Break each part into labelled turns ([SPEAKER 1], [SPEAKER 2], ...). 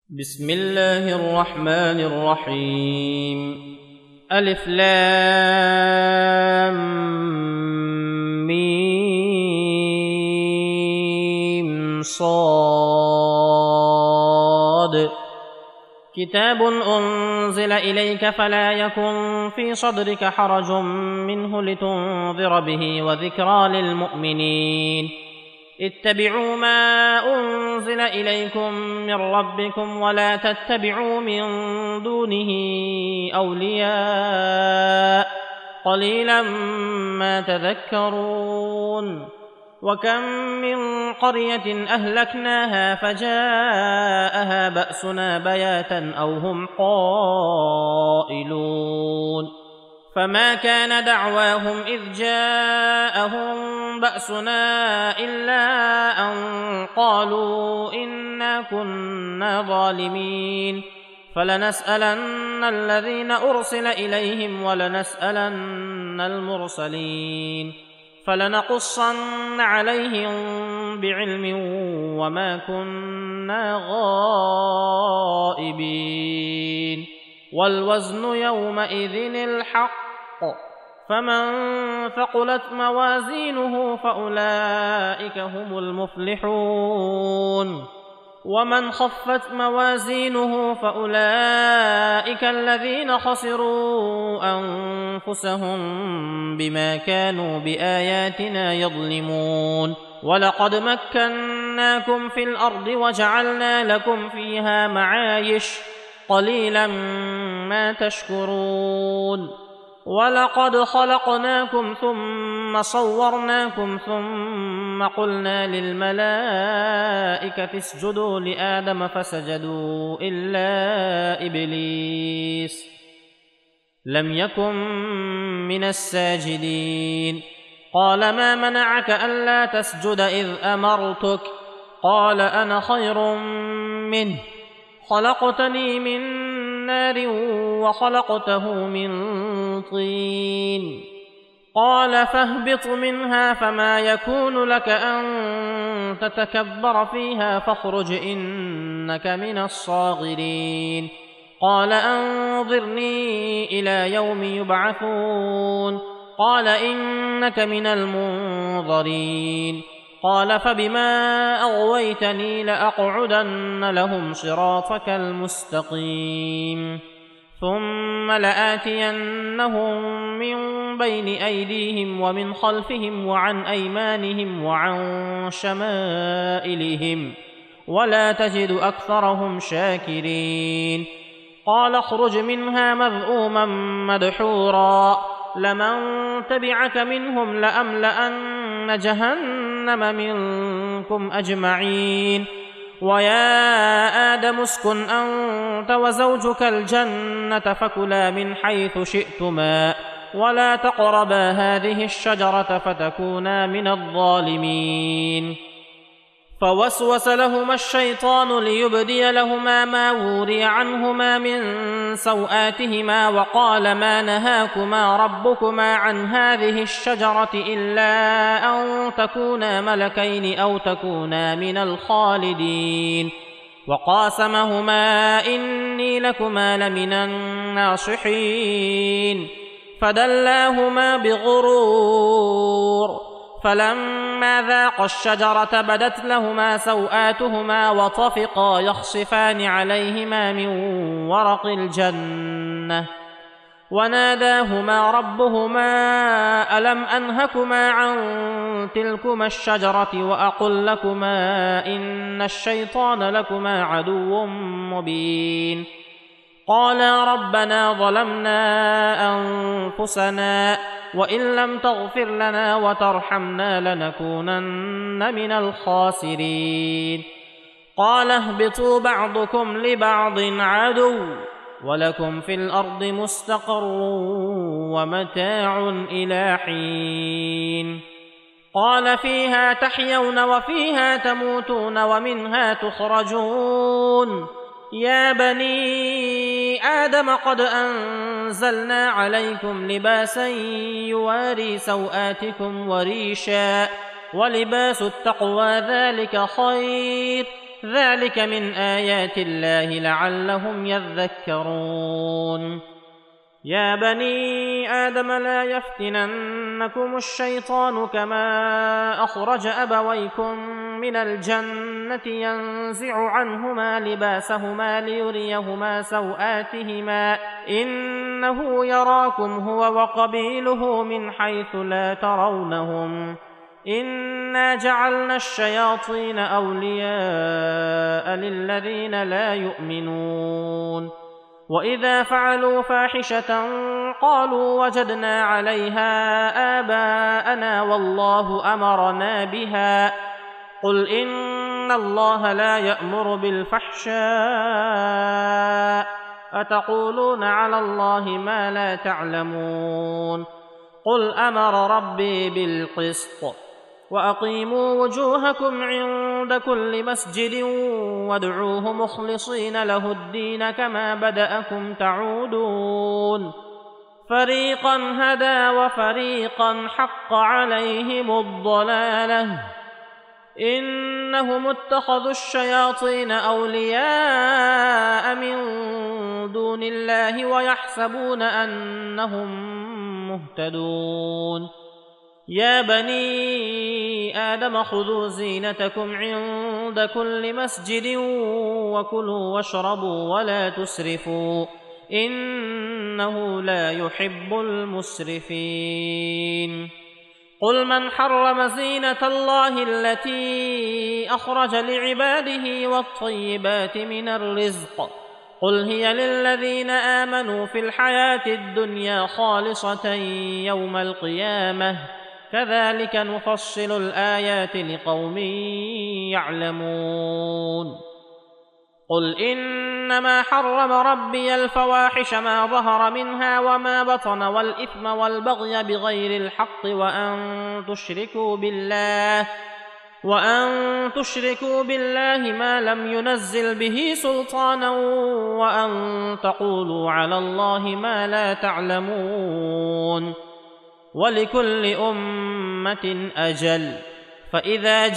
[SPEAKER 1] بسم الله الرحمن الرحيم. ألف لام ميم صاد. كتاب أنزل إليك فلا يكن في صدرك حرج منه لتنذر به وذكرى للمؤمنين. اتبعوا ما أنزل إليكم من ربكم ولا تتبعوا من دونه أولياء قليلا ما تذكرون. وكم من قرية أهلكناها فجاءها بأسنا بياتا أو هم قائلون. فما كان دعواهم إذ جاءهم بأسنا إلا أن قالوا إنا كنا ظالمين. فلنسألن الذين أرسل إليهم ولنسألن المرسلين. فلنقصن عليهم بعلم وما كنا غائبين. والوزن يومئذ الحق. فمن ثقلت موازينه فأولئك هم المفلحون. ومن خفت موازينه فأولئك الذين خسروا أنفسهم بما كانوا بآياتنا يظلمون. ولقد مكناكم في الأرض وجعلنا لكم فيها معايش قليلا ما تشكرون. ولقد خلقناكم ثم صورناكم ثم قلنا للملائكة اسجدوا لآدم فسجدوا إلا إبليس لم يكن من الساجدين. قال ما منعك ألا تسجد إذ أمرتك؟ قال أنا خير منه خلقتني من نار وخلقته من طين. قال فاهبط منها فما يكون لك أن تتكبر فيها فاخرج إنك من الصاغرين. قال أنظرني إلى يوم يبعثون. قال إنك من المنظرين. قال فبما أغويتني لأقعدن لهم صراطك المستقيم ثم لآتينهم من بين أيديهم ومن خلفهم وعن أيمانهم وعن شمائلهم ولا تجد أكثرهم شاكرين. قال اخرج منها مذءوما مدحورا لمن تبعك منهم لأملأن جهنم منكم أجمعين. ويا آدم اسكن أنت وزوجك الجنة فكلا من حيث شئتما ولا تقربا هذه الشجرة فتكونا من الظالمين. فوسوس لهما الشيطان ليبدي لهما ما وري عنهما من سوآتهما وقال ما نهاكما ربكما عن هذه الشجرة إلا أن تكونا ملكين أو تكونا من الخالدين. وقاسمهما إني لكما لمن الناصحين. فدلاهما بغرور فلما ذاقا الشجرة بدت لهما سوآتهما وطفقا يخصفان عليهما من ورق الجنة. وناداهما ربهما ألم أنهكما عن تلكما الشجرة وأقل لكما إن الشيطان لكما عدو مبين. قالا ربنا ظلمنا أنفسنا وإن لم تغفر لنا وترحمنا لنكونن من الخاسرين. قال اهبطوا بعضكم لبعض عدو ولكم في الأرض مستقر ومتاع إلى حين. قال فيها تحيون وفيها تموتون ومنها تخرجون. يا بني آدم قد أنزلنا عليكم لباسا يواري سوآتكم وريشا ولباس التقوى ذلك خير ذلك من آيات الله لعلهم يذكرون يا بني آدم لا يفتننكم الشيطان كما أخرج أبويكم من الجنة ينزع عنهما لباسهما ليريهما سوآتهما إنه يراكم هو وقبيله من حيث لا ترونهم إنا جعلنا الشياطين أولياء للذين لا يؤمنون وإذا فعلوا فاحشة قالوا وجدنا عليها آباءنا والله أمرنا بها قل إن الله لا يأمر بالفحشاء أتقولون على الله ما لا تعلمون قل أمر ربي بالقسط وأقيموا وجوهكم عند كل مسجد وادعوه مخلصين له الدين كما بدأكم تعودون فريقا هدى وفريقا حق عليهم الضلالة إنهم اتخذوا الشياطين أولياء من دون الله ويحسبون أنهم مهتدون يا بني آدم خذوا زينتكم عند كل مسجد وكلوا واشربوا ولا تسرفوا إنه لا يحب المسرفين قل من حرم زينة الله التي أخرج لعباده والطيبات من الرزق قل هي للذين آمنوا في الحياة الدنيا خالصة يوم القيامة كذلك نفصل الآيات لقوم يعلمون قل إنما حرم ربي الفواحش ما ظهر منها وما بطن والإثم والبغي بغير الحق وأن تشركوا بالله ما لم ينزل به سلطانا وأن تقولوا على الله ما لا تعلمون ولكل أمة أجل فإذا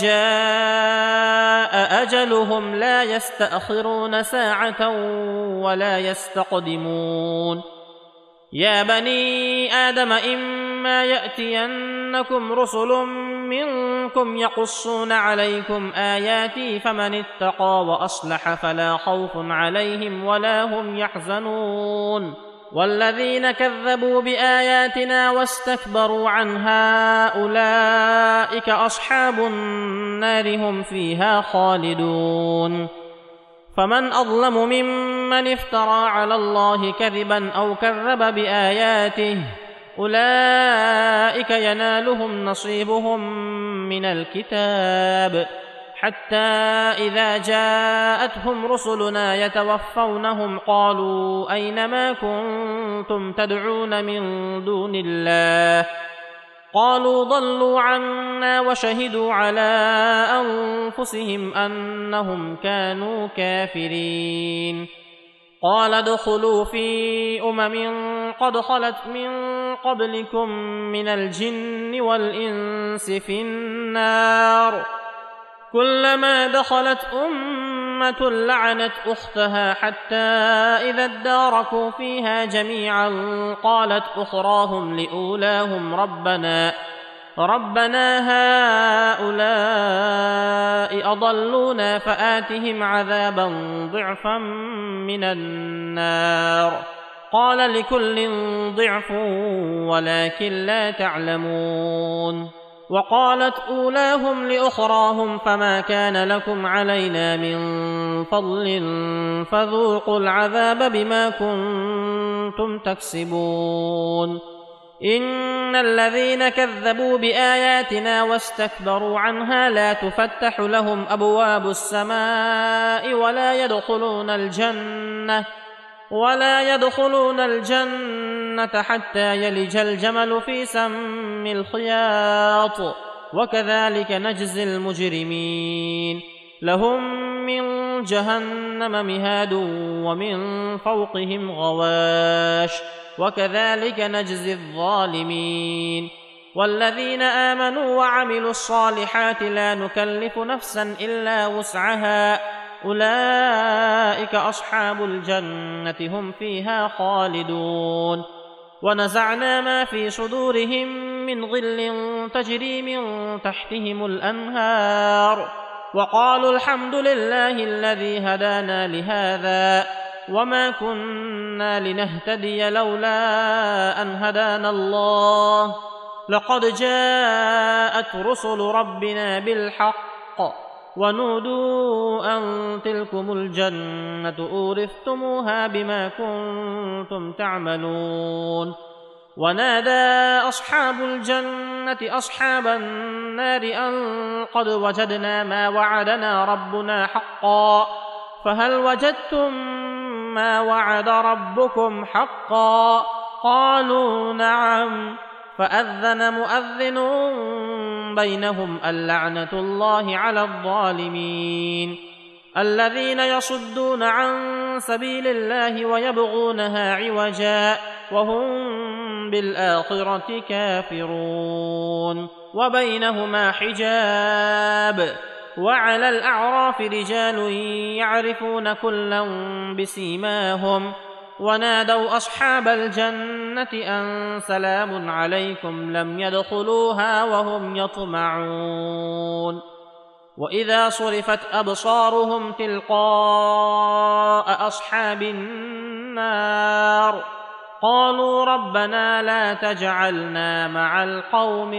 [SPEAKER 1] جاء أجلهم لا يستأخرون ساعة ولا يستقدمون يا بني آدم إما يأتينكم رسل منكم يقصون عليكم آياتي فمن اتقى وأصلح فلا خوف عليهم ولا هم يحزنون والذين كذبوا بآياتنا واستكبروا عنها أولئك أصحاب النار هم فيها خالدون فمن أظلم ممن افترى على الله كذبا أو كذب بآياته أولئك ينالهم نصيبهم من الكتاب حتى إذا جاءتهم رسلنا يتوفونهم قالوا أين ما كنتم تدعون من دون الله قالوا ضلوا عنا وشهدوا على أنفسهم أنهم كانوا كافرين قال ادخلوا في قد خلت من قبلكم من الجن والإنس في النار كلما دخلت أمة لعنت أختها حتى إذا اداركوا فيها جميعا قالت أخراهم لأولاهم ربنا هؤلاء أضلونا فآتهم عذابا ضعفا من النار قال لكل ضعف ولكن لا تعلمون وقالت أولاهم لأخراهم فما كان لكم علينا من فضل فذوقوا العذاب بما كنتم تكسبون إن الذين كذبوا بآياتنا واستكبروا عنها لا تفتح لهم أبواب السماء ولا يدخلون الجنة حتى يلج الجمل في سم الخياط وكذلك نجزي المجرمين لهم من جهنم مهاد ومن فوقهم غواش وكذلك نجزي الظالمين والذين آمنوا وعملوا الصالحات لا نكلف نفسا إلا وسعها أولئك أصحاب الجنة هم فيها خالدون. ونزعنا ما في صدورهم من غل تجري من تحتهم الأنهار وقالوا الحمد لله الذي هدانا لهذا وما كنا لنهتدي لولا أن هدانا الله لقد جاءت رسل ربنا بالحق ونودوا أن تلكم الجنة أورثتموها بما كنتم تعملون. ونادى أصحاب الجنة أصحاب النار أن قد وجدنا ما وعدنا ربنا حقا فهل وجدتم ما وعد ربكم حقا؟ قالوا نعم. فأذن مؤذن بينهم اللعنة الله على الظالمين الذين يصدون عن سبيل الله ويبغونها عوجا وهم بالآخرة كافرون. وبينهما حجاب وعلى الأعراف رجال يعرفون كلا بسيماهم ونادوا أصحاب الجنة أن سلام عليكم لم يدخلوها وهم يطمعون. وإذا صرفت أبصارهم تلقاء أصحاب النار قالوا ربنا لا تجعلنا مع القوم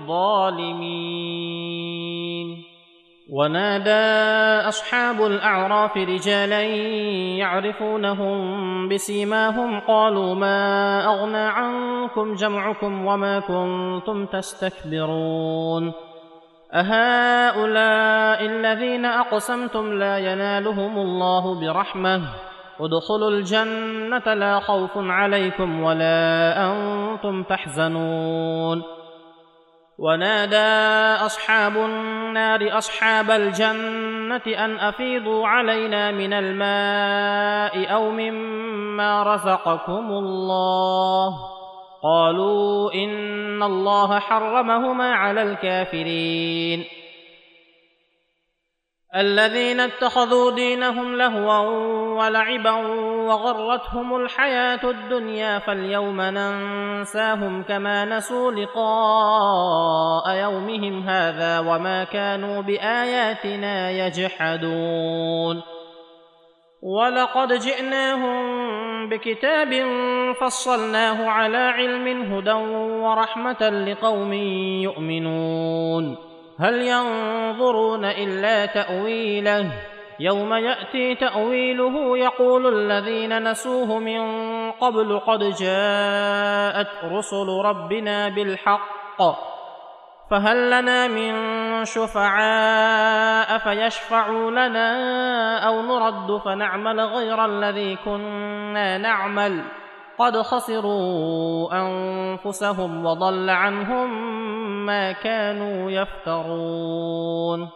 [SPEAKER 1] الظالمين. ونادى أصحاب الأعراف رجالا يعرفونهم بسيماهم قالوا ما أغنى عنكم جمعكم وما كنتم تستكبرون أهؤلاء الذين أقسمتم لا ينالهم الله برحمة ادخلوا الجنة لا خوف عليكم ولا أنتم تحزنون. ونادى أصحاب النار أصحاب الجنة أن أفيضوا علينا من الماء أو مما رزقكم الله قالوا إن الله حرمهما على الكافرين الذين اتخذوا دينهم لهوا ولعبا وغرتهم الحياة الدنيا فاليوم ننساهم كما نسوا لقاء يومهم هذا وما كانوا بآياتنا يجحدون. ولقد جئناهم بكتاب فصلناه على علم هدى ورحمة لقوم يؤمنون هل ينظرون إلا تأويله يوم يأتي تأويله يقول الذين نسوه من قبل قد جاءت رسل ربنا بالحق فهل لنا من شفعاء فيشفعوا لنا أو نرد فنعمل غير الذي كنا نعمل قد خسروا أنفسهم وضل عنهم ما كانوا يفترون.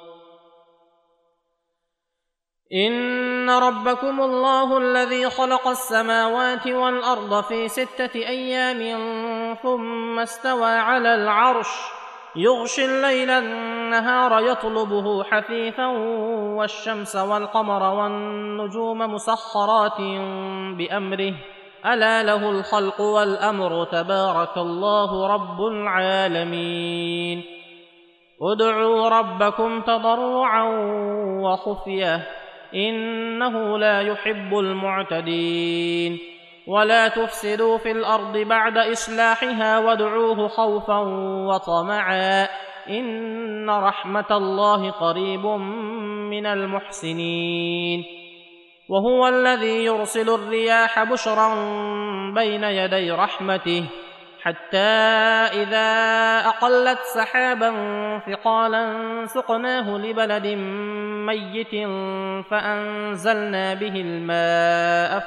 [SPEAKER 1] إن ربكم الله الذي خلق السماوات والأرض في 6 أيام ثم استوى على العرش يغشي الليل النهار يطلبه حثيثا والشمس والقمر والنجوم مسخرات بأمره ألا له الخلق والأمر تبارك الله رب العالمين. ادعوا ربكم تضرعا وخفية إنه لا يحب المعتدين ولا تفسدوا في الأرض بعد إصلاحها وادعوه خوفا وطمعا إن رحمة الله قريب من المحسنين. وهو الذي يرسل الرياح بشرا بين يدي رحمته حتى إذا أقلت سحابا ثقالا سقناه لبلد ميت فأنزلنا به الماء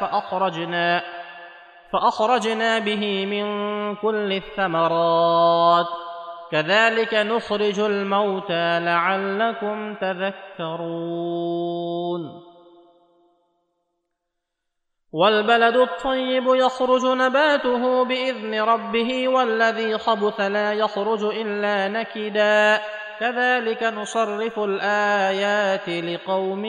[SPEAKER 1] فأخرجنا به من كل الثمرات كذلك نخرج الموتى لعلكم تذكرون. والبلد الطيب يخرج نباته بإذن ربه والذي خبث لا يخرج إلا نكدا كذلك نصرف الآيات لقوم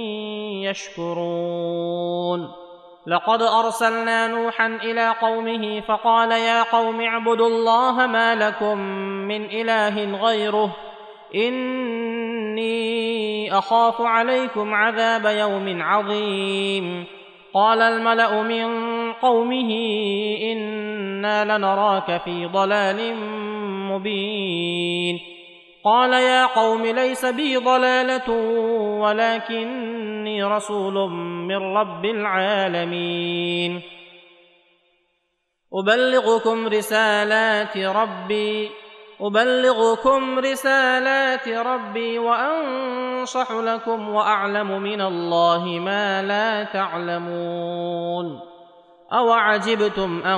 [SPEAKER 1] يشكرون لقد أرسلنا نوحا إلى قومه فقال يا قوم اعبدوا الله ما لكم من إله غيره إني أخاف عليكم عذاب يوم عظيم قال الملأ من قومه إنا لنراك في ضلال مبين قال يا قوم ليس بي ضلالة ولكني رسول من رب العالمين أبلغكم رسالات ربي وأنصح لكم وأعلم من الله ما لا تعلمون أوعجبتم أن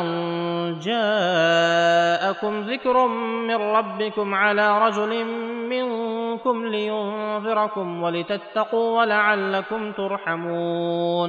[SPEAKER 1] جاءكم ذكر من ربكم على رجل منكم لينذركم ولتتقوا ولعلكم ترحمون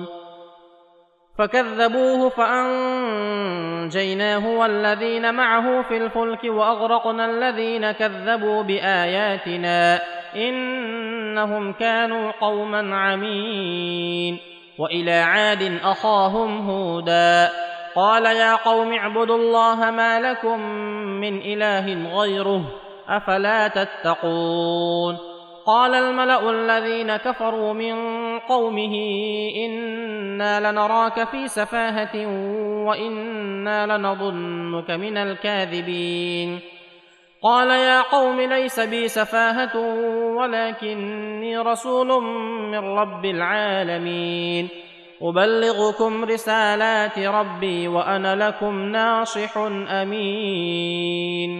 [SPEAKER 1] فكذبوه فأنجيناه والذين معه في الفلك وأغرقنا الذين كذبوا بآياتنا إنهم كانوا قوما عمين وإلى عاد أخاهم هودا قال يا قوم اعبدوا الله ما لكم من إله غيره أفلا تتقون قال الملأ الذين كفروا من قومه إنا لنراك في سفاهة وإنا لنظنك من الكاذبين قال يا قوم ليس بي سفاهة ولكني رسول من رب العالمين أبلغكم رسالات ربي وأنا لكم ناصح أمين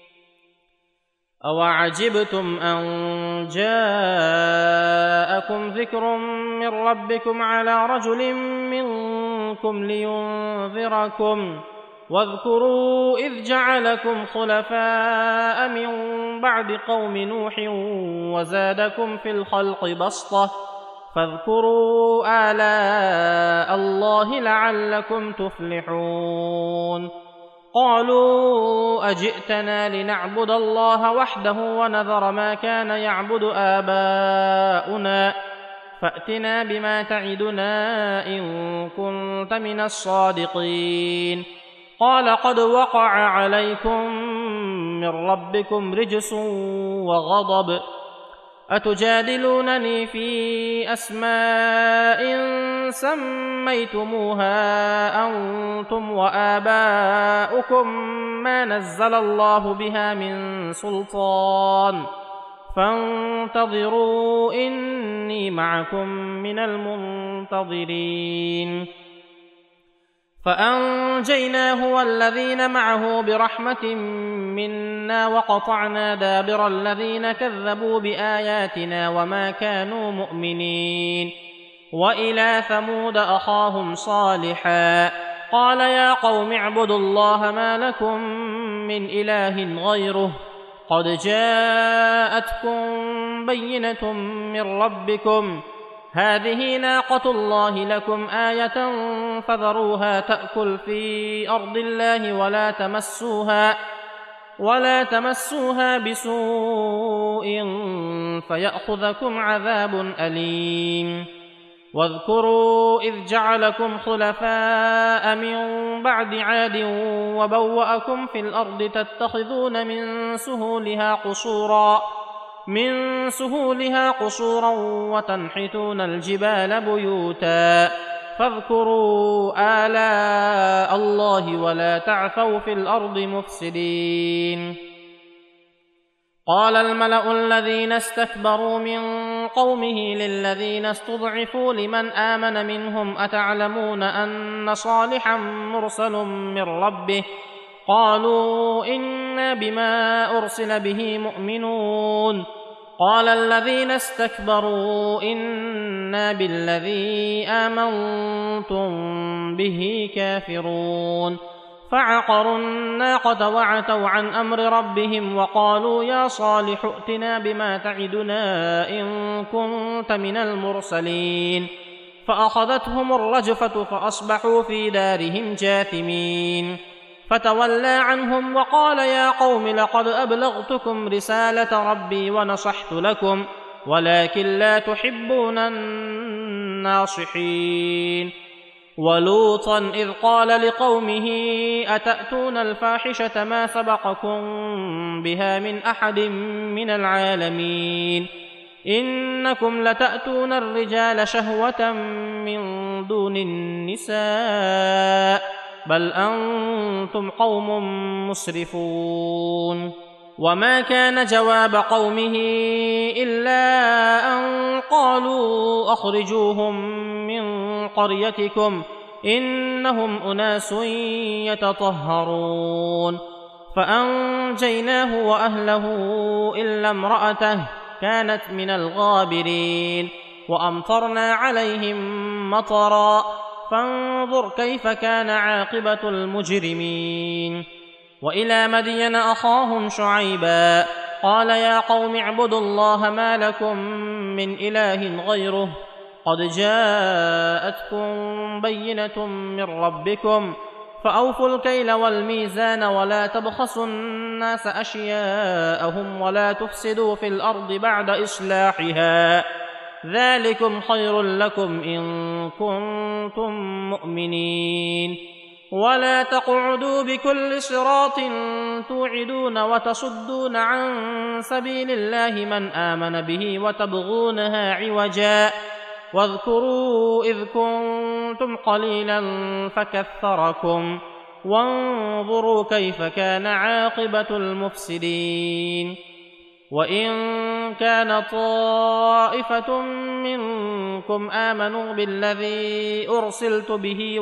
[SPEAKER 1] أوعجبتم أن جاءكم ذكر من ربكم على رجل منكم لينذركم واذكروا إذ جعلكم خلفاء من بعد قوم نوح وزادكم في الخلق بسطة فاذكروا آلاء الله لعلكم تفلحون قالوا أجئتنا لنعبد الله وحده ونذر ما كان يعبد آباؤنا فأتنا بما تعدنا إن كنت من الصادقين قال قد وقع عليكم من ربكم رجس وغضب أتجادلونني في أسماء سميتموها أنتم وآباؤكم ما نزل الله بها من سلطان فانتظروا إني معكم من المنتظرين فأنجيناه والذين معه برحمة منا وقطعنا دابر الذين كذبوا بآياتنا وما كانوا مؤمنين وإلى ثمود أخاهم صالحا قال يا قوم اعبدوا الله ما لكم من إله غيره قد جاءتكم بينة من ربكم هذه ناقة الله لكم آية فذروها تأكل في أرض الله ولا تمسوها بسوء فيأخذكم عذاب أليم واذكروا إذ جعلكم خلفاء من بعد عاد وبوأكم في الأرض تتخذون من سهولها قصورا وتنحتون الجبال بيوتا فاذكروا آلاء الله ولا تعثوا في الأرض مفسدين قال الملأ الذين استكبروا من قومه للذين استضعفوا لمن آمن منهم أتعلمون أن صالحا مرسل من ربه قالوا إنا بما أرسل به مؤمنون قال الذين استكبروا إنا بالذي آمنتم به كافرون فعقروا الناقة وعتوا عن أمر ربهم وقالوا يا صالح ائتنا بما تعدنا إن كنت من المرسلين فأخذتهم الرجفة فأصبحوا في دارهم جاثمين فتولى عنهم وقال يا قوم لقد أبلغتكم رسالة ربي ونصحت لكم ولكن لا تحبون الناصحين. ولوطا إذ قال لقومه أتأتون الفاحشة ما سبقكم بها من أحد من العالمين إنكم لتأتون الرجال شهوة من دون النساء بل أنتم قوم مسرفون. وما كان جواب قومه إلا أن قالوا أخرجوهم من قريتكم إنهم أناس يتطهرون. فأنجيناه وأهله إلا امرأته كانت من الغابرين وأمطرنا عليهم مطرا فانظر كيف كان عاقبة المجرمين. وإلى مدين أخاهم شعيبا قال يا قوم اعبدوا الله ما لكم من إله غيره قد جاءتكم بينة من ربكم فأوفوا الكيل والميزان ولا تبخسوا الناس أشياءهم ولا تفسدوا في الأرض بعد إصلاحها ذلكم خير لكم إن كنتم مؤمنين. ولا تقعدوا بكل صراط توعدون وتصدون عن سبيل الله من آمن به وتبغونها عوجا واذكروا إذ كنتم قليلا فكثركم وانظروا كيف كان عاقبة المفسدين. وإن كان طائفة منكم آمنوا بالذي أرسلت به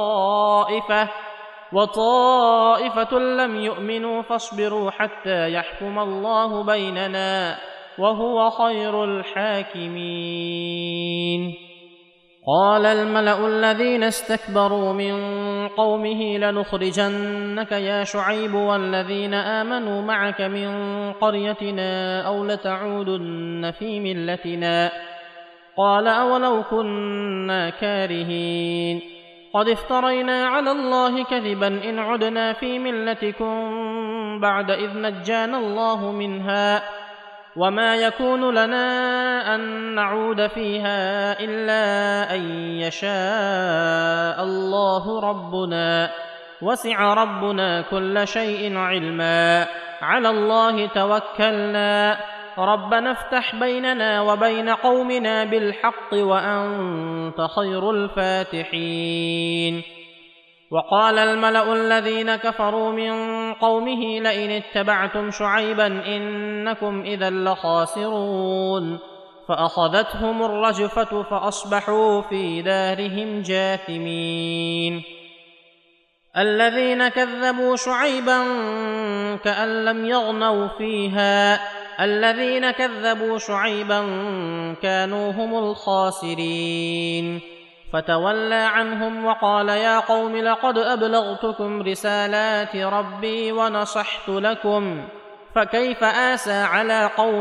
[SPEAKER 1] وطائفة لم يؤمنوا فاصبروا حتى يحكم الله بيننا وهو خير الحاكمين. قال الملأ الذين استكبروا من قومه لنخرجنك يا شعيب والذين آمنوا معك من قريتنا أو لتعودن في ملتنا قال أولو كنا كارهين قد افترينا على الله كذبا إن عدنا في ملتكم بعد إذ نجانا الله منها وما يكون لنا أن نعود فيها إلا أن يشاء الله ربنا وسع ربنا كل شيء علما على الله توكلنا ربنا افتح بيننا وبين قومنا بالحق وأنت خير الفاتحين. وقال الملأ الذين كفروا من قومه لئن اتبعتم شعيبا إنكم إذا لخاسرون فأخذتهم الرجفة فأصبحوا في دارهم جاثمين. الذين كذبوا شعيبا كأن لم يغنوا فيها الذين كذبوا شعيبا كانوا هم الخاسرين. فتولى عنهم وقال يا قوم لقد أبلغتكم رسالات ربي ونصحت لكم فكيف آسى على قوم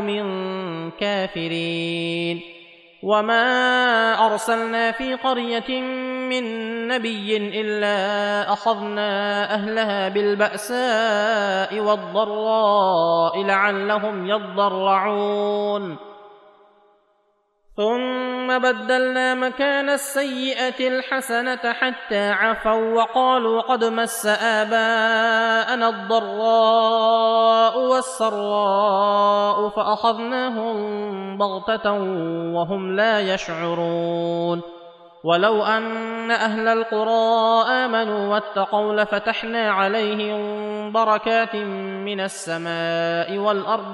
[SPEAKER 1] كافرين. وما أرسلنا في قرية من نبي إلا أخذنا أهلها بالبأساء والضراء لعلهم يضرعون ثم بدلنا مكان السيئة الحسنة حتى عفوا وقالوا قد مس آباءنا الضراء والسراء فأخذناهم بغتة وهم لا يشعرون. ولو أن أهل القرى آمنوا واتقوا لفتحنا عليهم بركات من السماء والأرض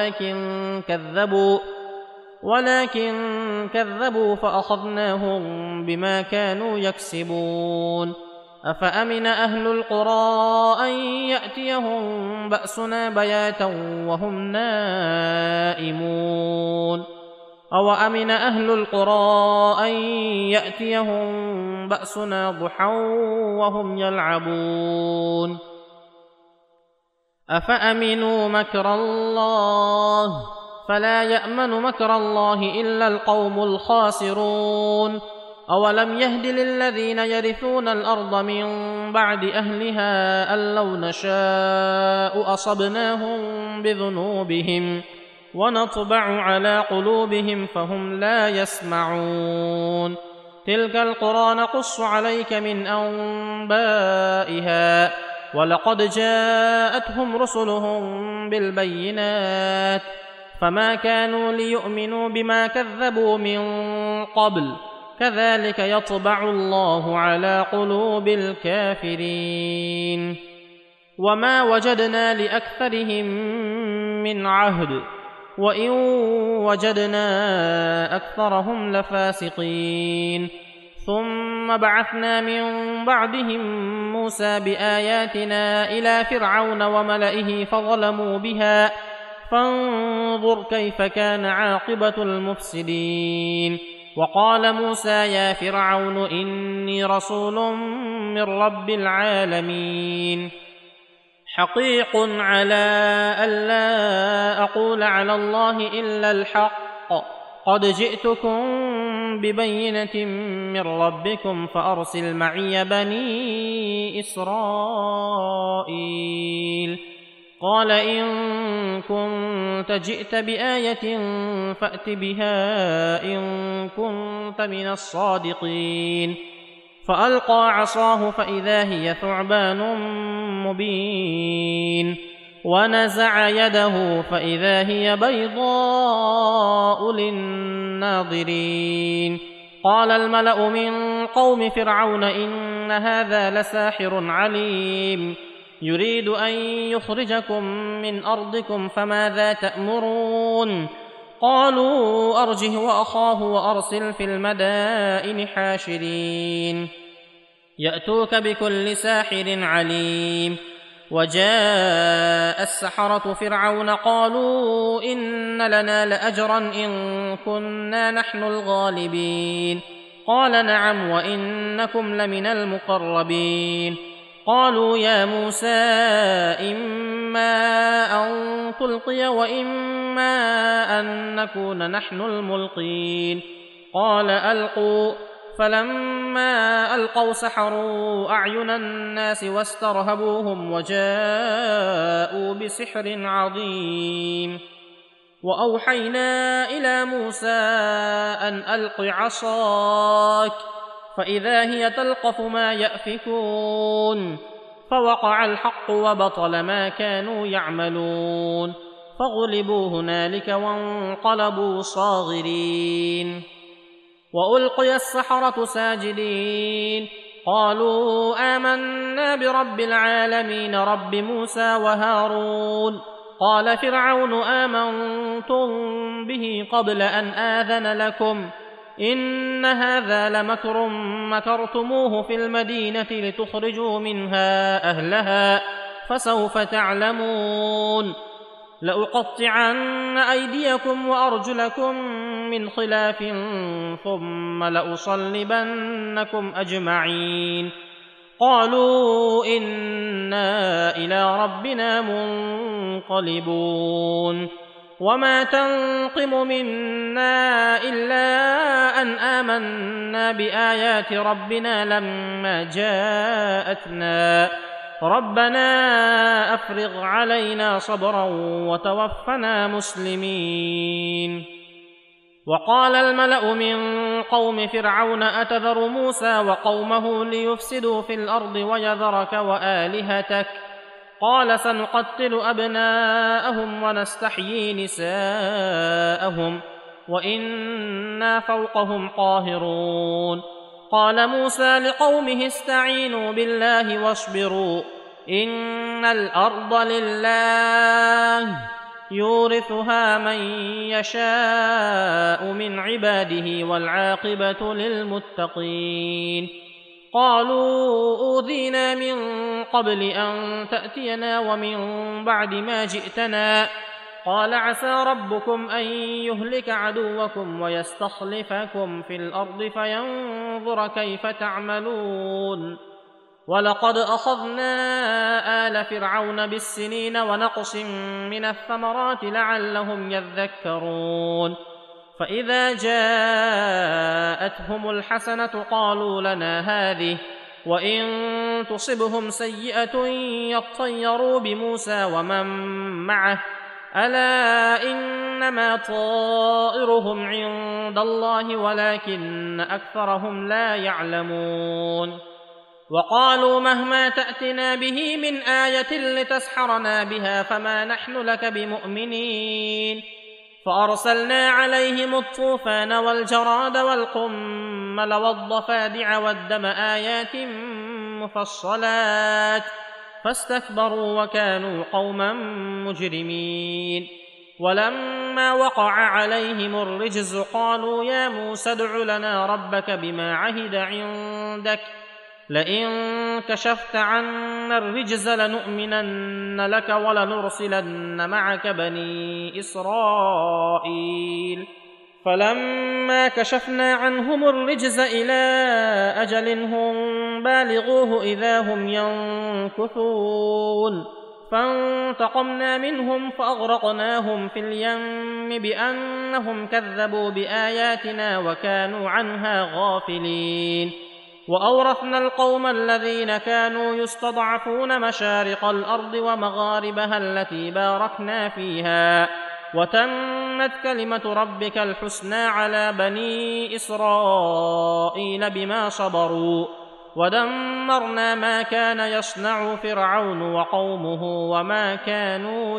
[SPEAKER 1] ولكن كذبوا فأخذناهم بما كانوا يكسبون. أفأمن أهل القرى أن يأتيهم بأسنا بياتا وهم نائمون أو أمن أهل القرى أن يأتيهم بأسنا ضحى وهم يلعبون. أفأمنوا مكر الله فلا يأمن مكر الله إلا القوم الخاسرون. أولم يهد للذين يرثون الأرض من بعد أهلها أن لو نشاء أصبناهم بذنوبهم ونطبع على قلوبهم فهم لا يسمعون تلك القرى نقص عليك من أنبائها ولقد جاءتهم رسلهم بالبينات فما كانوا ليؤمنوا بما كذبوا من قبل كذلك يطبع الله على قلوب الكافرين وما وجدنا لأكثرهم من عهد وإن وجدنا أكثرهم لفاسقين ثم بعثنا من بعدهم موسى بآياتنا إلى فرعون وملئه فظلموا بها فانظر كيف كان عاقبة المفسدين وقال موسى يا فرعون إني رسول من رب العالمين حقيق على ألا أقول على الله إلا الحق قد جئتكم ببينة من ربكم فأرسل معي بني إسرائيل قال إن كنت جئت بآية فأت بها إن كنت من الصادقين فألقى عصاه فإذا هي ثعبان مبين ونزع يده فإذا هي بيضاء للناظرين قال الملأ من قوم فرعون إن هذا لساحر عليم يريد أن يخرجكم من أرضكم فماذا تأمرون قالوا أرجه وأخاه وأرسل في المدائن حاشرين يأتوك بكل ساحر عليم وجاء السحرة فرعون قالوا إن لنا لأجرا إن كنا نحن الغالبين قال نعم وإنكم لمن المقربين قالوا يا موسى إما أن تلقي وإما أن نكون نحن الملقين قال ألقوا فلما ألقوا سحروا أعين الناس واسترهبوهم وجاءوا بسحر عظيم وأوحينا إلى موسى أن ألق عصاك فإذا هي تلقف ما يأفكون فوقع الحق وبطل ما كانوا يعملون فغلبوا هنالك وانقلبوا صاغرين وألقي السحرة ساجدين قالوا آمنا برب العالمين رب موسى وهارون قال فرعون آمنتم به قبل أن آذن لكم إن هذا لمكر مكرتموه في المدينة لتخرجوا منها أهلها فسوف تعلمون لأقطعن أيديكم وأرجلكم من خلاف ثم لأصلبنكم أجمعين قالوا إنا إلى ربنا منقلبون وما تنقم منا إلا أن آمنا بآيات ربنا لما جاءتنا ربنا أفرغ علينا صبرا وتوفنا مسلمين وقال الملأ من قوم فرعون أتذر موسى وقومه ليفسدوا في الأرض ويذرك وآلهتك قال سنقتل أبناءهم ونستحيي نساءهم وإنا فوقهم قاهرون قال موسى لقومه استعينوا بالله واصبروا إن الأرض لله يورثها من يشاء من عباده والعاقبة للمتقين قالوا أوذينا من قبل أن تأتينا ومن بعد ما جئتنا قال عسى ربكم أن يهلك عدوكم ويستخلفكم في الأرض فينظر كيف تعملون ولقد أخذنا آل فرعون بالسنين ونقص من الثمرات لعلهم يذكرون فإذا جاءتهم الحسنة قالوا لنا هذه، وإن تصبهم سيئة يطيروا بموسى ومن معه، ألا إنما طائرهم عند الله ولكن أكثرهم لا يعلمون. وقالوا مهما تأتنا به من آية لتسحرنا بها فما نحن لك بمؤمنين. فأرسلنا عليهم الطوفان والجراد والقمل والضفادع والدم آيات مفصلات فاستكبروا وكانوا قوما مجرمين. ولما وقع عليهم الرجز قالوا يا موسى ادع لنا ربك بما عهد عندك لئن كشفت عنا الرجز لنؤمنن لك ولنرسلن معك بني إسرائيل. فلما كشفنا عنهم الرجز إلى أجل هم بالغوه إذا هم ينكثون فانتقمنا منهم فأغرقناهم في اليم بأنهم كذبوا بآياتنا وكانوا عنها غافلين. وأورثنا القوم الذين كانوا يستضعفون مشارق الأرض ومغاربها التي باركنا فيها وتمت كلمة ربك الحسنى على بني إسرائيل بما صبروا ودمرنا ما كان يصنع فرعون وقومه وما كانوا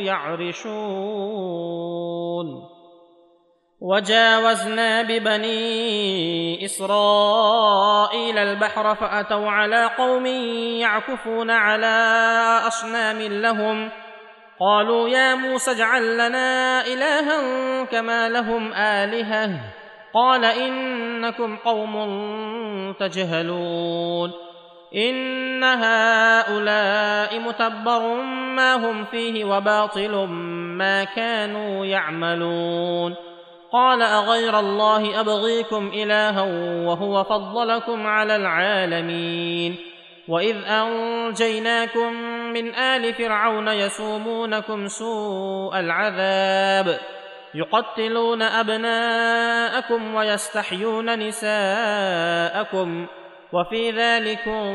[SPEAKER 1] يعرشون. وجاوزنا ببني إسرائيل البحر فأتوا على قوم يعكفون على أصنام لهم قالوا يا موسى اجعل لنا إلها كما لهم آلهة قال إنكم قوم تجهلون. إن هؤلاء متبر ما هم فيه وباطل ما كانوا يعملون. قال أغير الله أبغيكم إلها وهو فضلكم على العالمين. وإذ أنجيناكم من آل فرعون يسومونكم سوء العذاب يقتلون أبناءكم ويستحيون نساءكم وفي ذلكم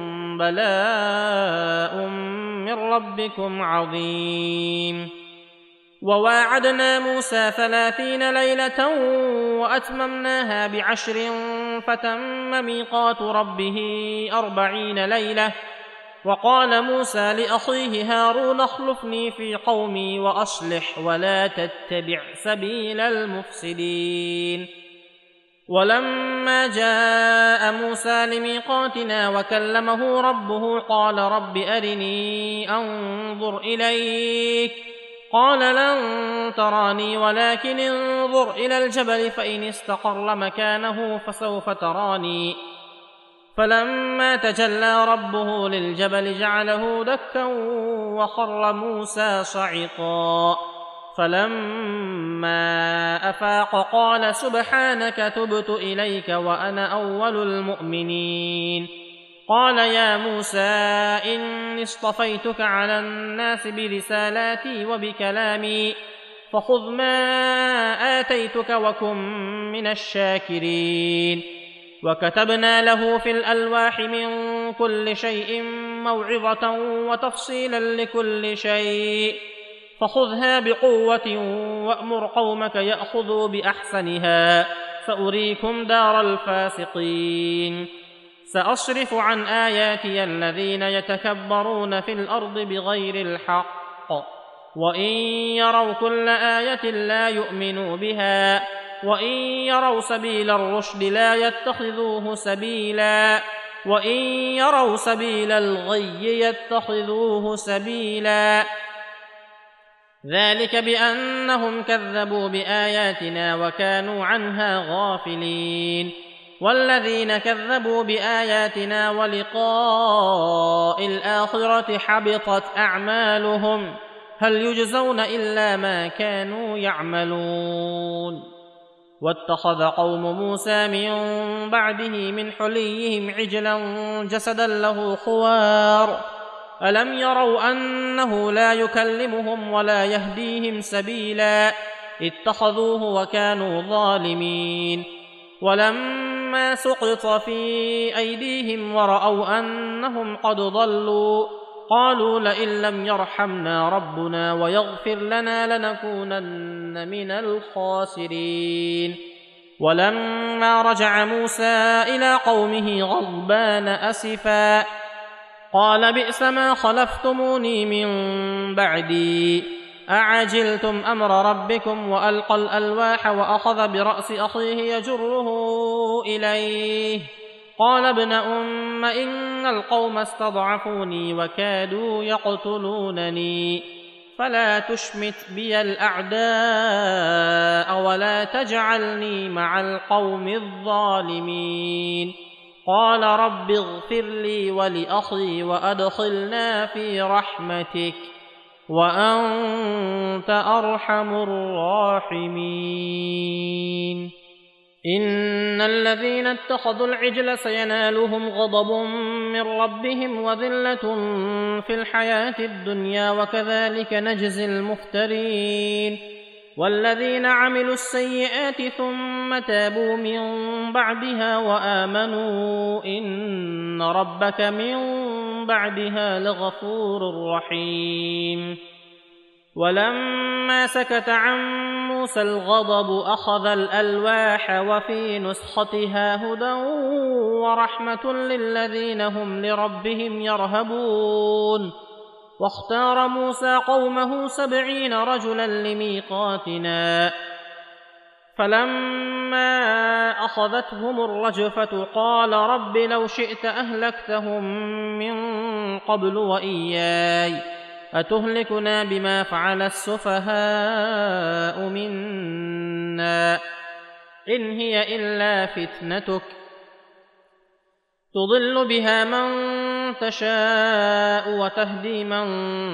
[SPEAKER 1] بلاء من ربكم عظيم. وواعدنا موسى 30 ليلة وأتممناها ب10 فتم ميقات ربه 40 ليلة. وقال موسى لأخيه هارون اخلفني في قومي وأصلح ولا تتبع سبيل المفسدين. ولما جاء موسى لميقاتنا وكلمه ربه قال رب أرني أنظر إليك قال لن تراني ولكن انظر إلى الجبل فإن استقر مكانه فسوف تراني. فلما تجلى ربه للجبل جعله دكا وخر موسى صعقا. فلما أفاق قال سبحانك تبت إليك وأنا أول المؤمنين. قال يا موسى إني اصطفيتك على الناس برسالاتي وبكلامي فخذ ما آتيتك وكن من الشاكرين. وكتبنا له في الألواح من كل شيء موعظة وتفصيلا لكل شيء فخذها بقوة وأمر قومك يأخذوا بأحسنها سأريكم دار الفاسقين. سأصرف عن آياتي الذين يتكبرون في الأرض بغير الحق وإن يروا كل آية لا يؤمنوا بها وإن يروا سبيل الرشد لا يتخذوه سبيلا وإن يروا سبيل الغي يتخذوه سبيلا. ذلك بأنهم كذبوا بآياتنا وكانوا عنها غافلين. والذين كذبوا بآياتنا ولقاء الآخرة حبطت أعمالهم هل يجزون إلا ما كانوا يعملون. واتخذ قوم موسى من بعده من حليهم عجلا جسدا له خوار ألم يروا أنه لا يكلمهم ولا يهديهم سبيلا اتخذوه وكانوا ظالمين. ولما سقط في أيديهم ورأوا أنهم قد ضلوا قالوا لئن لم يرحمنا ربنا ويغفر لنا لنكونن من الخاسرين. ولما رجع موسى إلى قومه غضبان أسفا قال بئس ما خلفتموني من بعدي أعجلتم أمر ربكم وألقى الألواح وأخذ برأس أخيه يجره إليه قال ابن أم إن القوم استضعفوني وكادوا يقتلونني فلا تشمت بي الأعداء ولا تجعلني مع القوم الظالمين. قال رب اغفر لي ولأخي وأدخلنا في رحمتك وأنت أرحم الراحمين. إن الذين اتخذوا العجل سينالهم غضب من ربهم وذلة في الحياة الدنيا وكذلك نجزي المفترين. والذين عملوا السيئات ثم تابوا من بعدها وآمنوا إن ربك من بعدها لغفور رحيم. ولما سكت عن موسى الغضب أخذ الألواح وفي نسختها هدى ورحمة للذين هم لربهم يرهبون. واختار موسى قومه 70 رجلا لميقاتنا فلما أخذتهم الرجفة قال رب لو شئت أهلكتهم من قبل وإياي أتهلكنا بما فعل السفهاء منا إن هي إلا فتنتك تضل بها من تشاء وتهدي من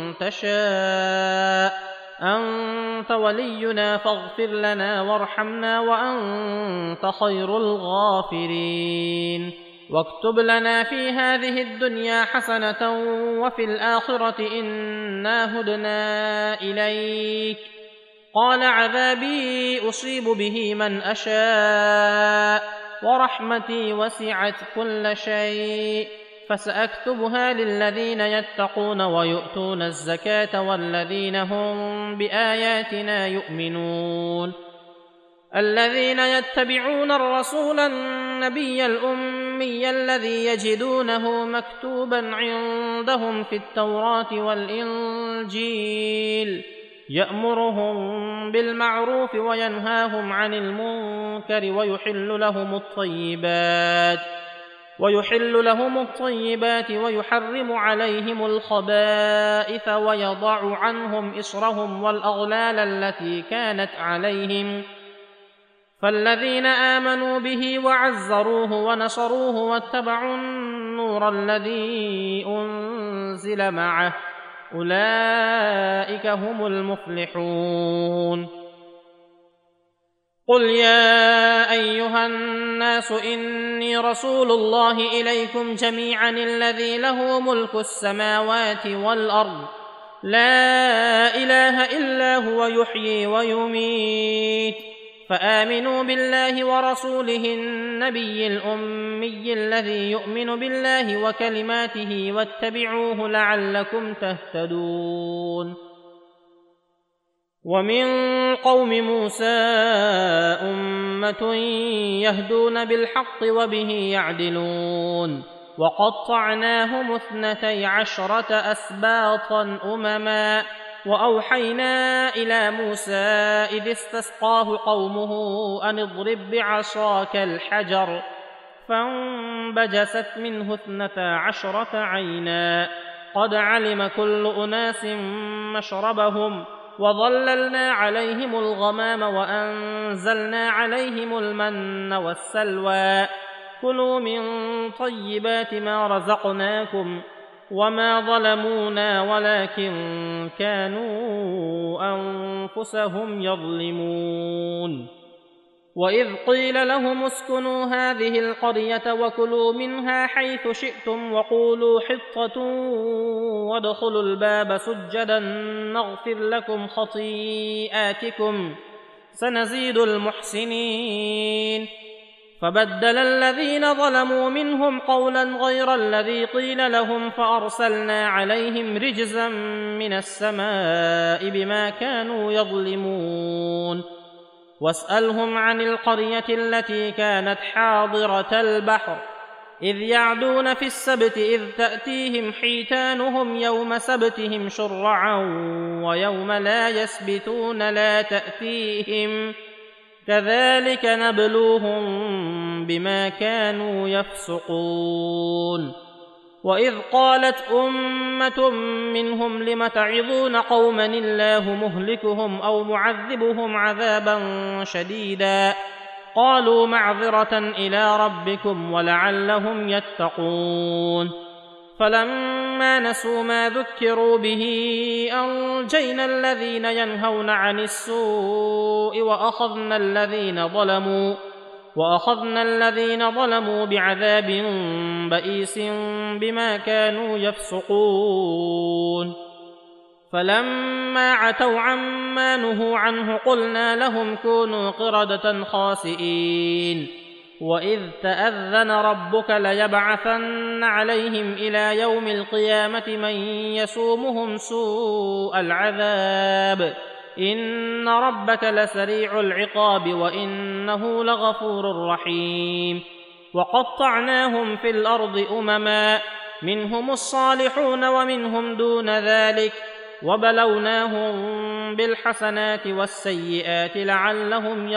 [SPEAKER 1] تشاء أنت ولينا فاغفر لنا وارحمنا وأنت خير الغافرين. واكتب لنا في هذه الدنيا حسنة وفي الآخرة إنا هدنا إليك قال عذابي أصيب به من أشاء ورحمتي وسعت كل شيء فسأكتبها للذين يتقون ويؤتون الزكاة والذين هم بآياتنا يؤمنون. الذين يتبعون الرسول النبي الأمي الذي يجدونه مكتوبا عندهم في التوراة والإنجيل يأمرهم بالمعروف وينهاهم عن المنكر ويحل لهم الطيبات ويحرم عليهم الخبائث ويضع عنهم إصرهم والأغلال التي كانت عليهم. فالذين آمنوا به وعزروه ونصروه واتبعوا النور الذي أنزل معه أولئك هم المفلحون. قل يا أيها الناس إني رسول الله إليكم جميعا الذي له ملك السماوات والأرض لا إله إلا هو يحيي ويميت فآمنوا بالله ورسوله النبي الأمي الذي يؤمن بالله وكلماته واتبعوه لعلكم تهتدون. ومن قوم موسى أمة يهدون بالحق وبه يعدلون وقطعناهم 12 أسباطا أمما وأوحينا إلى موسى إذ استسقاه قومه أن اضرب بعصاك الحجر فانبجست منه 12 عينا قد علم كل أناس مشربهم وظللنا عليهم الغمام وأنزلنا عليهم المن والسلوى كلوا من طيبات ما رزقناكم وما ظلمونا ولكن كانوا أنفسهم يظلمون. وإذ قيل لهم اسكنوا هذه القرية وكلوا منها حيث شئتم وقولوا حطة وادخلوا الباب سجدا نغفر لكم خطيئاتكم سنزيد المحسنين. فبدل الذين ظلموا منهم قولا غير الذي قيل لهم فأرسلنا عليهم رجزا من السماء بما كانوا يظلمون. واسألهم عن القرية التي كانت حاضرة البحر إذ يعدون في السبت إذ تأتيهم حيتانهم يوم سبتهم شرعا ويوم لا يسبتون لا تأتيهم كذلك نبلوهم بما كانوا يفسقون. وإذ قالت أمة منهم لم تعظون قوما الله مهلكهم أو معذبهم عذابا شديدا قالوا معذرة إلى ربكم ولعلهم يتقون. فلما نسوا ما ذكروا به أنجينا الذين ينهون عن السوء وأخذنا الذين ظلموا بعذاب بئيس بما كانوا يفسقون. فلما عتوا عما نهوا عنه قلنا لهم كونوا قردة خاسئين. وإذ تأذن ربك ليبعثن عليهم إلى يوم القيامة من يسومهم سوء العذاب إن ربك لسريع العقاب وإنه لغفور رحيم. وقطعناهم في الأرض أمما منهم الصالحون ومنهم دون ذلك وبلوناهم بالحسنات والسيئات لعلهم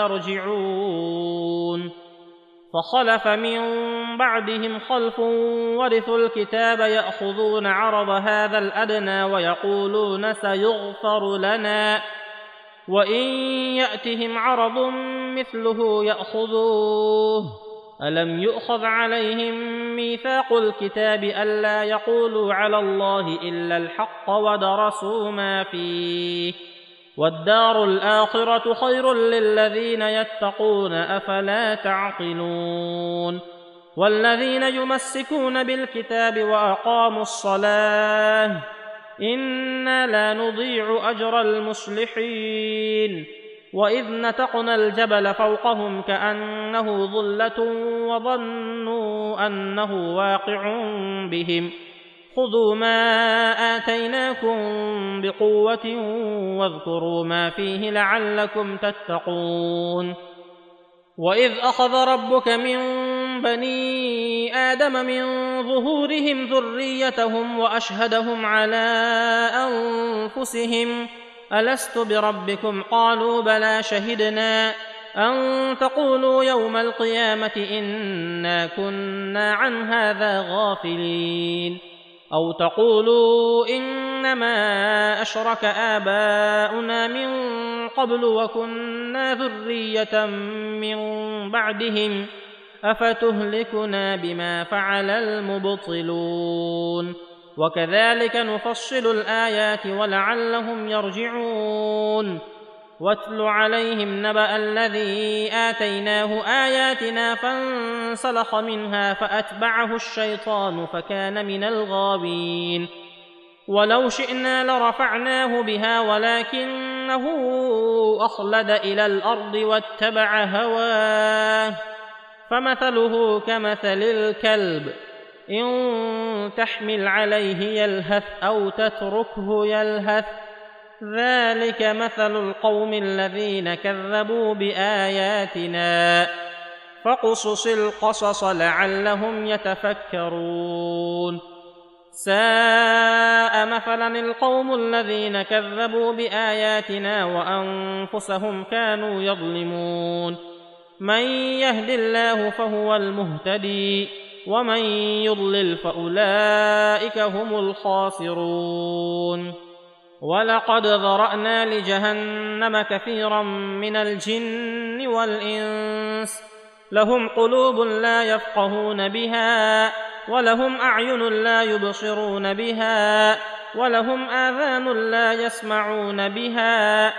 [SPEAKER 1] يرجعون. فخلف من بعدهم خلف ورثوا الكتاب يأخذون عرض هذا الأدنى ويقولون سيغفر لنا وإن يأتهم عرض مثله يأخذوه. ألم يؤخذ عليهم ميثاق الكتاب ألا يقولوا على الله إلا الحق ودرسوا ما فيه والدار الآخرة خير للذين يتقون أفلا تعقلون. والذين يمسكون بالكتاب وأقاموا الصلاة إنا لا نضيع أجر المصلحين. وإذ نتقنا الجبل فوقهم كأنه ظلة وظنوا أنه واقع بهم خذوا ما آتيناكم بقوة واذكروا ما فيه لعلكم تتقون. وإذ أخذ ربك من بني آدم من ظهورهم ذريتهم وأشهدهم على أنفسهم ألست بربكم قالوا بلى شهدنا أن تقولوا يوم القيامة إنا كنا عن هذا غافلين أو تقولوا إنما أشرك آباؤنا من قبل وكنا ذرية من بعدهم أفتهلكنا بما فعل المبطلون. وكذلك نفصل الآيات ولعلهم يرجعون. واتل عليهم نبأ الذي آتيناه آياتنا فانسلخ منها فأتبعه الشيطان فكان من الغاوين. ولو شئنا لرفعناه بها ولكنه أخلد إلى الأرض واتبع هواه فمثله كمثل الكلب إن تحمل عليه يلهث أو تتركه يلهث ذلك مثل القوم الذين كذبوا بآياتنا فاقصص القصص لعلهم يتفكرون. ساء مثلا القوم الذين كذبوا بآياتنا وأنفسهم كانوا يظلمون. من يهد الله فهو المهتدي ومن يضلل فأولئك هم الخاسرون. ولقد ذرأنا لجهنم كثيرا من الجن والإنس لهم قلوب لا يفقهون بها ولهم أعين لا يبصرون بها ولهم آذان لا يسمعون بها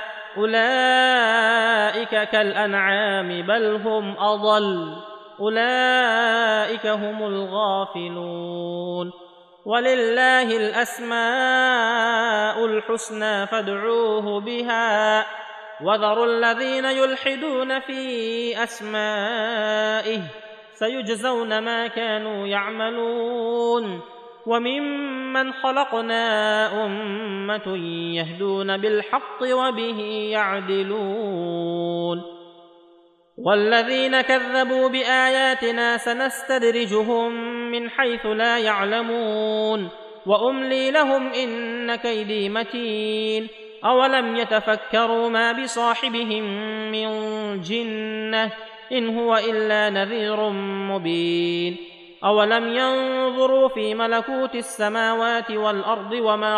[SPEAKER 1] أولئك كالأنعام بل هم أضل أولئك هم الغافلون. ولله الأسماء الحسنى فادعوه بها وذروا الذين يلحدون في أسمائه سيجزون ما كانوا يعملون وممن خلقنا أمة يهدون بالحق وبه يعدلون والذين كذبوا بآياتنا سنستدرجهم من حيث لا يعلمون وأملي لهم إن كيدي متين أولم يتفكروا ما بصاحبهم من جنة إن هو إلا نذير مبين أولم ينظروا في ملكوت السماوات والأرض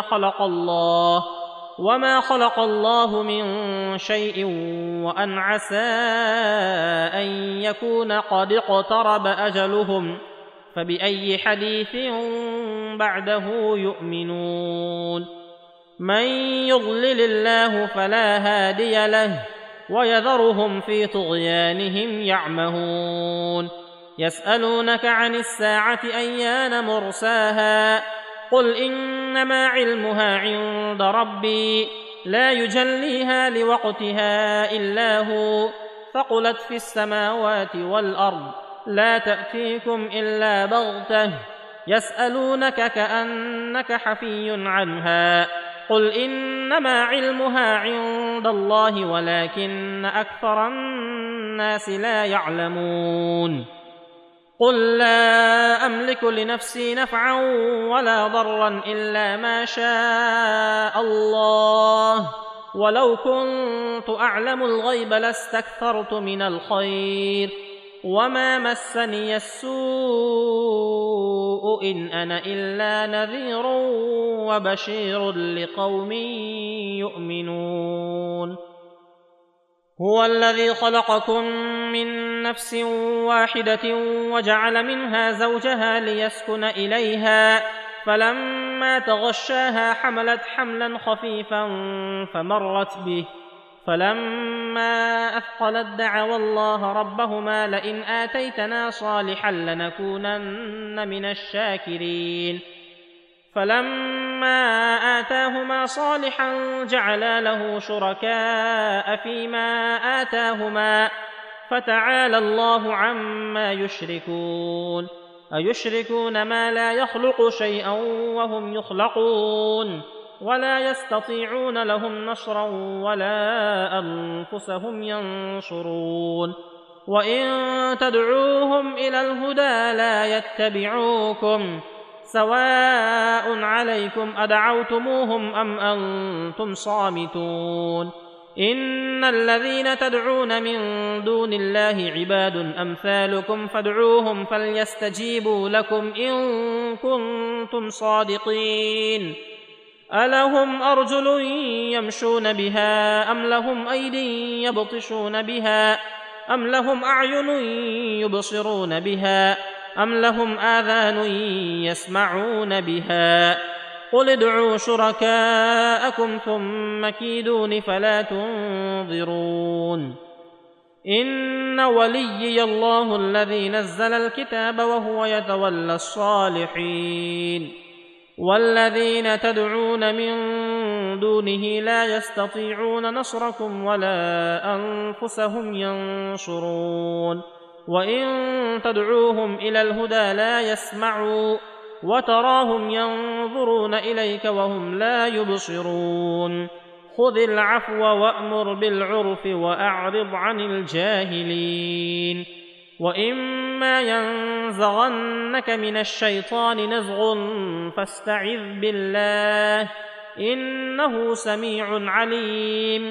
[SPEAKER 1] وما خلق الله من شيء وأن عسى أن يكون قد اقترب أجلهم فبأي حديث بعده يؤمنون من يضلل الله فلا هادي له ويذرهم في طغيانهم يعمهون يسألونك عن الساعة أيان مرساها قل إنما علمها عند ربي لا يجليها لوقتها إلا هو ثقلت في السماوات والأرض لا تأتيكم إلا بغتة يسألونك كأنك حفي عنها قل إنما علمها عند الله ولكن أكثر الناس لا يعلمون قل لا أملك لنفسي نفعا ولا ضرا إلا ما شاء الله ولو كنت أعلم الغيب لاستكثرت من الخير وما مسني السوء إن أنا إلا نذير وبشير لقوم يؤمنون هو الذي خلقكم من نفس واحدة وجعل منها زوجها ليسكن إليها فلما تغشاها حملت حملا خفيفا فمرت به فلما أثقلت دعوا الله ربهما لئن آتيتنا صالحا لنكونن من الشاكرين فلما آتاهما صالحا جعلا له شركاء فيما آتاهما فتعالى الله عما يشركون أيشركون ما لا يخلق شيئا وهم يخلقون ولا يستطيعون لهم نصرا ولا أنفسهم ينصرون وإن تدعوهم إلى الهدى لا يتبعوكم سواء عليكم أدعوتموهم أم أنتم صامتون إن الذين تدعون من دون الله عباد أمثالكم فادعوهم فليستجيبوا لكم إن كنتم صادقين ألهم أرجل يمشون بها أم لهم أيدي يبطشون بها أم لهم أعين يبصرون بها أم لهم آذان يسمعون بها قل ادعوا شركاءكم ثم كيدون فلا تنظرون إن وليي الله الذي نزل الكتاب وهو يتولى الصالحين والذين تدعون من دونه لا يستطيعون نصركم ولا أنفسهم ينصرون وإن تدعوهم إلى الهدى لا يسمعوا وتراهم ينظرون إليك وهم لا يبصرون خذ العفو وأمر بالعرف وأعرض عن الجاهلين وإما ينزغنك من الشيطان نزغ فاستعذ بالله إنه سميع عليم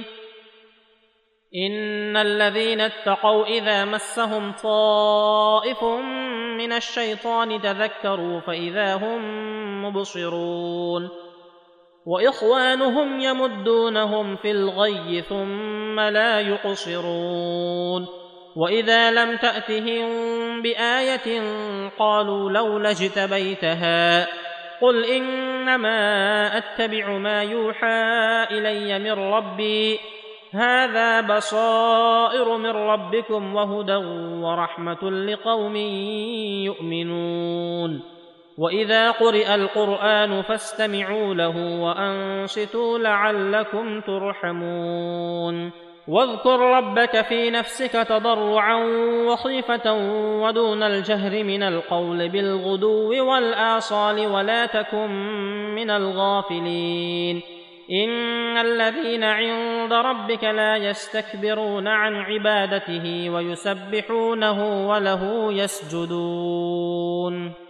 [SPEAKER 1] إن الذين اتقوا إذا مسهم طائف من الشيطان تذكروا فإذا هم مبصرون وإخوانهم يمدونهم في الغي ثم لا يقصرون وإذا لم تأتهم بآية قالوا لولا اجتبيتها قل إنما أتبع ما يوحى إلي من ربي هذا بصائر من ربكم وهدى ورحمة لقوم يؤمنون وإذا قرئ القرآن فاستمعوا له وأنصتوا لعلكم ترحمون واذكر ربك في نفسك تضرعا وخيفة ودون الجهر من القول بالغدو والآصال ولا تكن من الغافلين إن الذين عند ربك لا يستكبرون عن عبادته ويسبحونه وله يسجدون